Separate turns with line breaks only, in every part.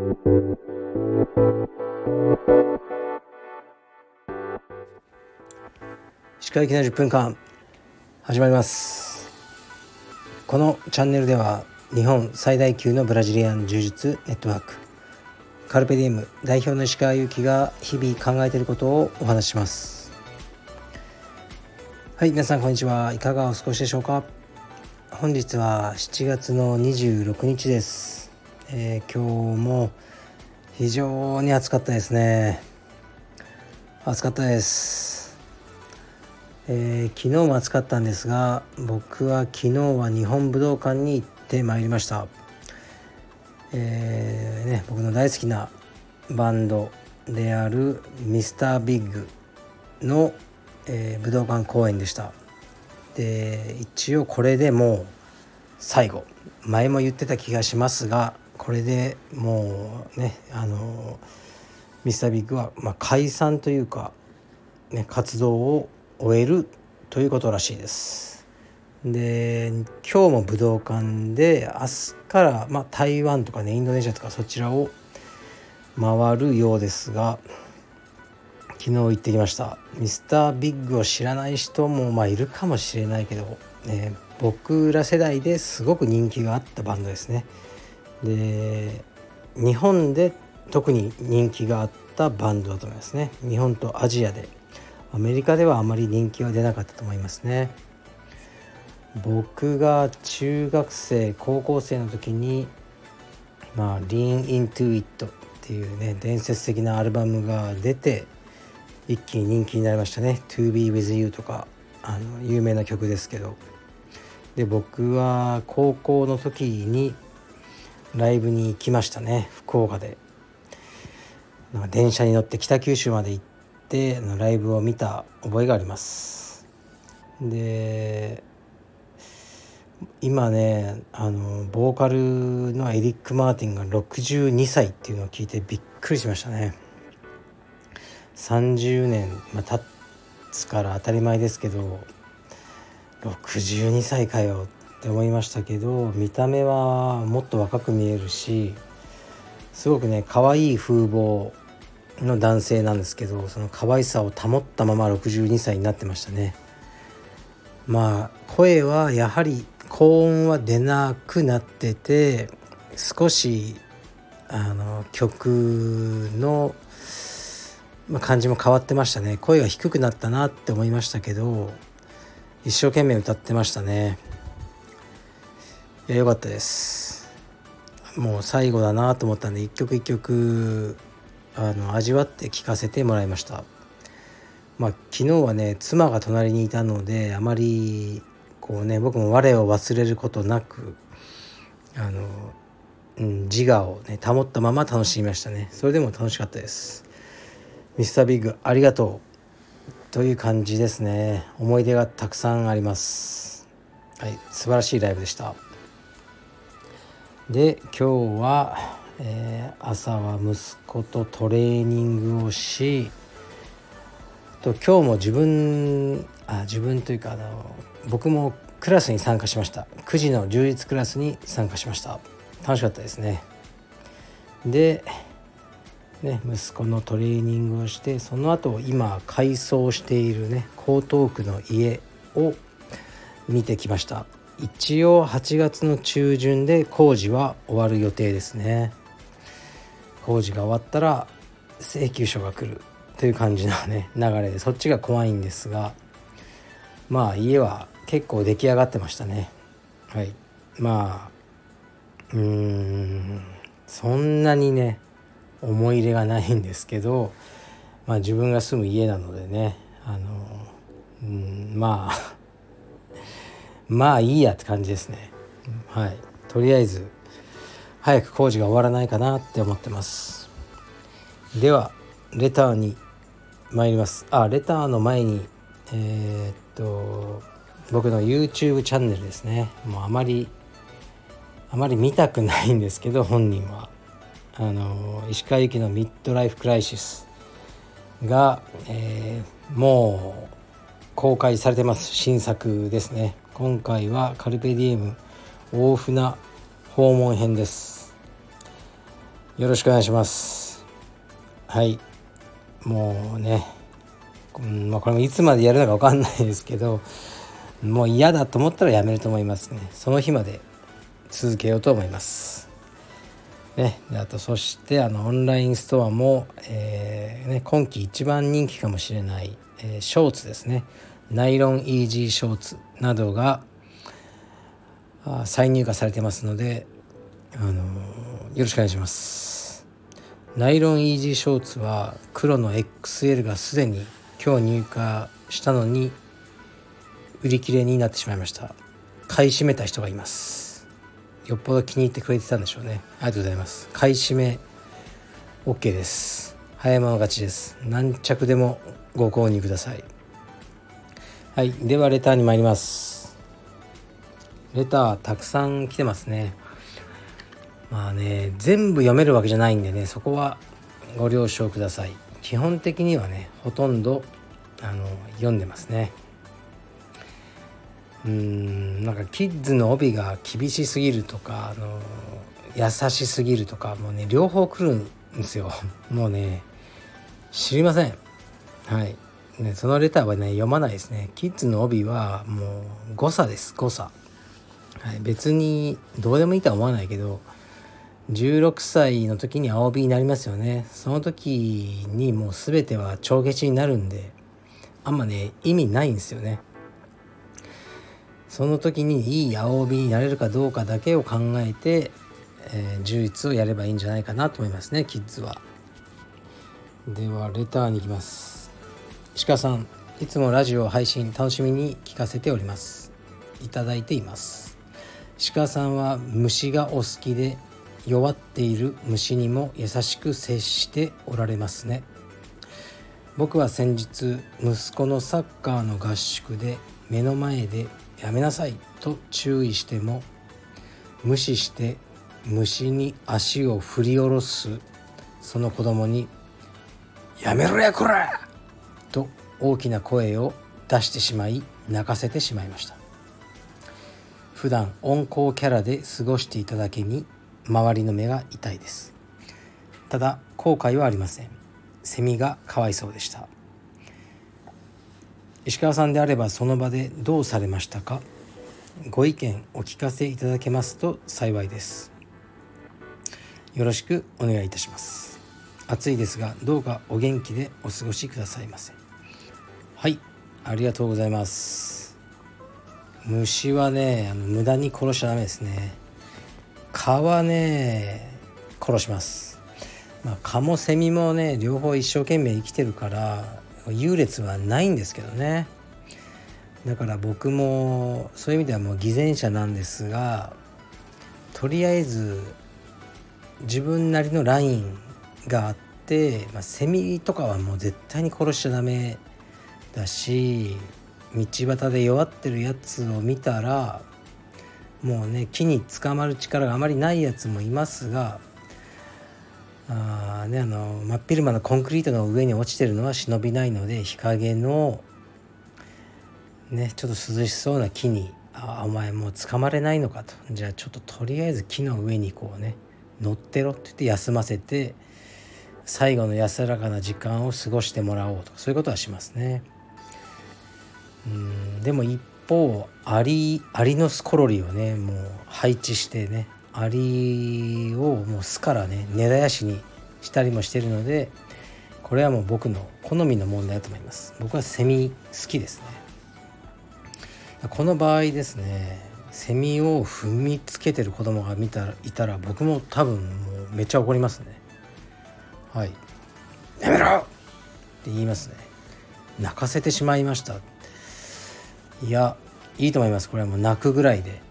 石川行きの10分間始まります。このチャンネルでは日本最大級のブラジリアン柔術ネットワークカルペディエム代表の石川行きが日々考えていることをお話しします。はい、皆さんこんにちは。いかがお過ごしでしょうか。本日は7月の26日です。今日も非常に暑かったですね。暑かったです。昨日も暑かったんですが、僕は昨日は日本武道館に行ってまいりました。僕の大好きなバンドであるミスタービッグの、武道館公演でした。で、一応これでもう最後、前も言ってた気がしますが、これでもうね、ミスタービッグは、解散というか、活動を終えるということらしいです。で、今日も武道館で明日から、台湾とかね、インドネシアとかそちらを回るようですが、昨日行ってきました。ミスタービッグを知らない人もいるかもしれないけど、僕ら世代ですごく人気があったバンドですね。で、日本で特に人気があったバンドだと思いますね。日本とアジアで、アメリカではあまり人気は出なかったと思いますね。僕が中学生高校生の時に、Lean Into It っていうね、伝説的なアルバムが出て一気に人気になりましたね。 To Be With You とか有名な曲ですけど、で、僕は高校の時にライブに行きましたね。福岡で電車に乗って北九州まで行ってライブを見た覚えがあります。で、今ね、ボーカルのエリック・マーティンが62歳っていうのを聞いてびっくりしましたね。30年、経つから当たり前ですけど、62歳かよって思いましたけど、見た目はもっと若く見えるし、すごくね、可愛い風貌の男性なんですけど、その可愛さを保ったまま62歳になってましたね。声はやはり高音は出なくなってて、少し曲の感じも変わってましたね。声が低くなったなって思いましたけど、一生懸命歌ってましたね。良かったですは。もう最後だなと思ったんで、一曲一曲味わって聴かせてもらいました。昨日はね、妻が隣にいたので、あまり僕も我を忘れることなく自我をね保ったまま楽しみましたね。それでも楽しかったです。ミスタービッグありがとうという感じですね。思い出がたくさんあります。はい、素晴らしいライブでした。で、今日は、朝は息子とトレーニングをし、今日も自分というか僕もクラスに参加しました。9時の充実クラスに参加しました。楽しかったですね。で、息子のトレーニングをして、その後今改装しているね、江東区の家を見てきました。一応8月の中旬で工事は終わる予定ですね。工事が終わったら請求書が来るという感じのね流れで、そっちが怖いんですが、家は結構出来上がってましたね。はい、そんなにね思い入れがないんですけど、自分が住む家なのでね、いいやって感じですね。はい、とりあえず早く工事が終わらないかなって思ってます。ではレターに参ります。レターの前に僕の YouTube チャンネルですね。もうあまり見たくないんですけど、本人は石川行きのミッドライフクライシスが、もう公開されてます。新作ですね。今回はカルペディエム大船訪問編です。 よろしくお願いします。はい、もうね、これもいつまでやるのか分かんないですけど、もう嫌だと思ったらやめると思いますね。その日まで続けようと思いますね。であとそしてオンラインストアも、今季一番人気かもしれない、ショーツですね。ナイロンイージーショーツなどが再入荷されてますので、よろしくお願いします。ナイロンイージーショーツは黒の XL がすでに今日入荷したのに売り切れになってしまいました。買い占めた人がいます。よっぽど気に入ってくれてたんでしょうね。ありがとうございます。買い占め OK です。早い者勝ちです。何着でもご購入ください。はい、ではレターに参ります。レターたくさん来てますね。まあね、全部読めるわけじゃないんでね、そこはご了承ください。基本的にはね、ほとんど読んでますね。なんかキッズの帯が厳しすぎるとか、優しすぎるとか、もうね両方来るんですよ。もうね知りません。はい、ね、そのレターはね読まないですね。キッズの帯はもう誤差です、誤差。はい、別にどうでもいいとは思わないけど、16歳の時に青帯になりますよね。その時にもう全ては帳消しになるんで、あんまね意味ないんですよね。その時にいい青帯になれるかどうかだけを考えて、充実をやればいいんじゃないかなと思いますね、キッズは。ではレターに行きます。鹿さん、いつもラジオ配信楽しみに聞かせております。いただいています。鹿さんは虫がお好きで、弱っている虫にも優しく接しておられますね。僕は先日息子のサッカーの合宿で目の前でやめなさいと注意しても無視して虫に足を振り下ろすその子供にやめろやこらと大きな声を出してしまい泣かせてしまいました。普段温厚キャラで過ごしていただけに周りの目が痛いです。ただ後悔はありません。セミがかわいそうでした。石川さんであればその場でどうされましたか？ご意見お聞かせいただけますと幸いです。よろしくお願いいたします。暑いですがどうかお元気でお過ごしくださいませ。はい、ありがとうございます。虫はね無駄に殺しちゃダメですね。蚊はね殺します。蚊もセミもね両方一生懸命生きてるから優劣はないんですけどね。だから僕もそういう意味ではもう偽善者なんですが、とりあえず自分なりのラインがあって、セミとかはもう絶対に殺しちゃダメだし、道端で弱ってるやつを見たらもうね木に捕まる力があまりないやつもいますが、真っ昼間のコンクリートの上に落ちてるのは忍びないので、日陰のねちょっと涼しそうな木にお前もう捕まれないのかと、じゃあちょっととりあえず木の上にこうね乗ってろって言って休ませて最後の安らかな時間を過ごしてもらおうとか、そういうことはしますね。でも一方アリの巣コロリをねもう配置してね、アリをもう巣からね根絶やしにしたりもしてるので、これはもう僕の好みの問題だと思います。僕はセミ好きですね。この場合ですね、セミを踏みつけてる子供がいたら僕も多分もうめっちゃ怒りますね。はい、やめろって言いますね。泣かせてしまいました。いやいいと思います。これはもう泣くぐらいで、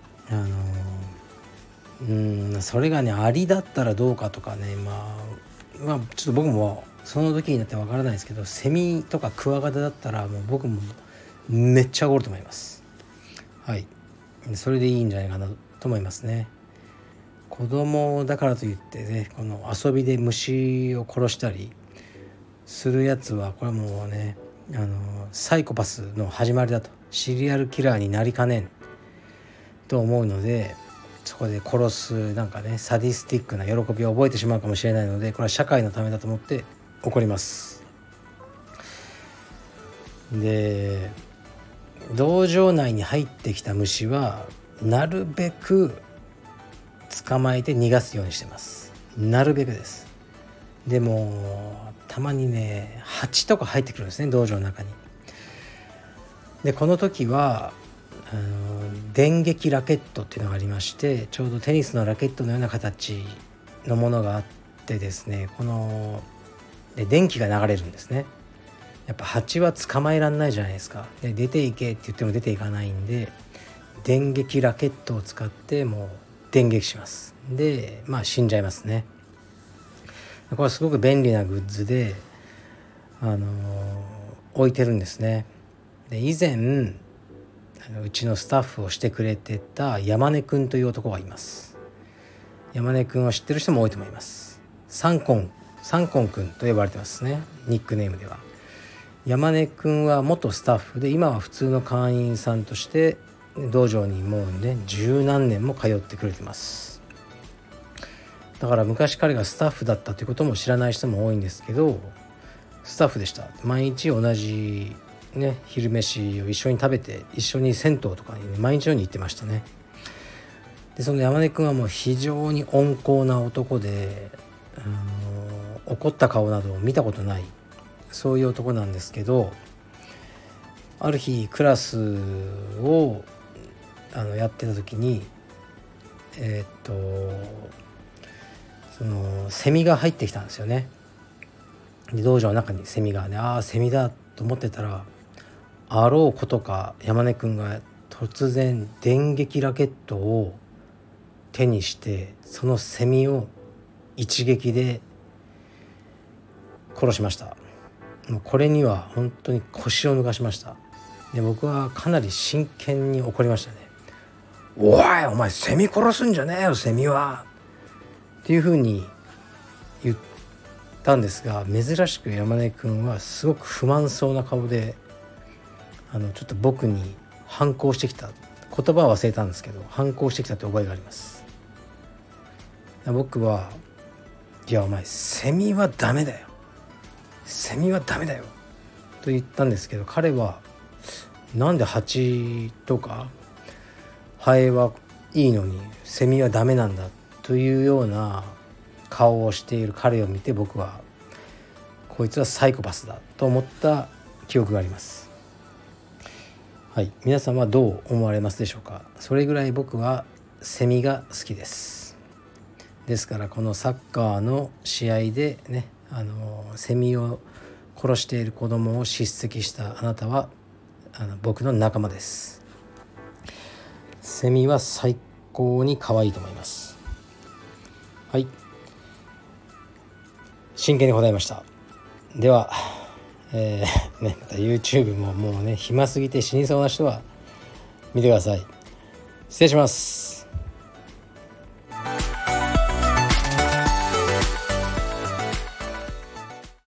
それがねアリだったらどうかとかね、ちょっと僕もその時になってわからないですけど、セミとかクワガタだったらもう僕もめっちゃ怒ると思います。はい、それでいいんじゃないかなと思いますね。子供だからといってねこの遊びで虫を殺したりするやつはこれはもうねサイコパスの始まりだと、シリアルキラーになりかねんと思うので、 そこで殺すなんかねサディスティックな喜びを覚えてしまうかもしれないので、これは社会のためだと思って怒ります。で道場内に入ってきた虫はなるべく捕まえて逃がすようにしてます。なるべくです。でもたまにね蜂とか入ってくるんですね、道場の中に。でこの時は電撃ラケットっていうのがありまして、ちょうどテニスのラケットのような形のものがあってですね、こので電気が流れるんですね。やっぱ蜂は捕まえらんないじゃないですか。で出ていけって言っても出ていかないんで、電撃ラケットを使ってもう電撃します。で死んじゃいますね。これはすごく便利なグッズで、置いてるんですね。で以前うちのスタッフをしてくれてた山根くんという男がいます。山根くんを知ってる人も多いと思います。サンコンくんと呼ばれてますね、ニックネームでは。山根くんは元スタッフで、今は普通の会員さんとして道場にもうね十何年も通ってくれてます。だから昔彼がスタッフだったということも知らない人も多いんですけど、スタッフでした。毎日同じね昼飯を一緒に食べて、一緒に銭湯とかに毎日のように行ってましたね。でその山根くんはもう非常に温厚な男で、怒った顔などを見たことない、そういう男なんですけど、ある日クラスをやってた時にそのセミが入ってきたんですよね。で道場の中にセミがね、セミだと思ってたら、あろうことか山根くんが突然電撃ラケットを手にして、そのセミを一撃で殺しました。もうこれには本当に腰を抜かしました。で僕はかなり真剣に怒りましたね。お前セミ殺すんじゃねえよセミはっていうふうに言ったんですが、珍しく山根くんはすごく不満そうな顔でちょっと僕に反抗してきた、言葉は忘れたんですけど反抗してきたって覚えがあります。僕はいやお前セミはダメだよと言ったんですけど、彼はなんで蜂とかハエはいいのにセミはダメなんだというような顔をしている彼を見て、僕はこいつはサイコパスだと思った記憶があります。はい、皆さんはどう思われますでしょうか。それぐらい僕はセミが好きです。ですからこのサッカーの試合でね、セミを殺している子供を叱責したあなたは僕の仲間です。セミは最高に可愛いと思います。はい、真剣に答えました。では、また YouTube ももうね暇すぎて死にそうな人は見てください。失礼します。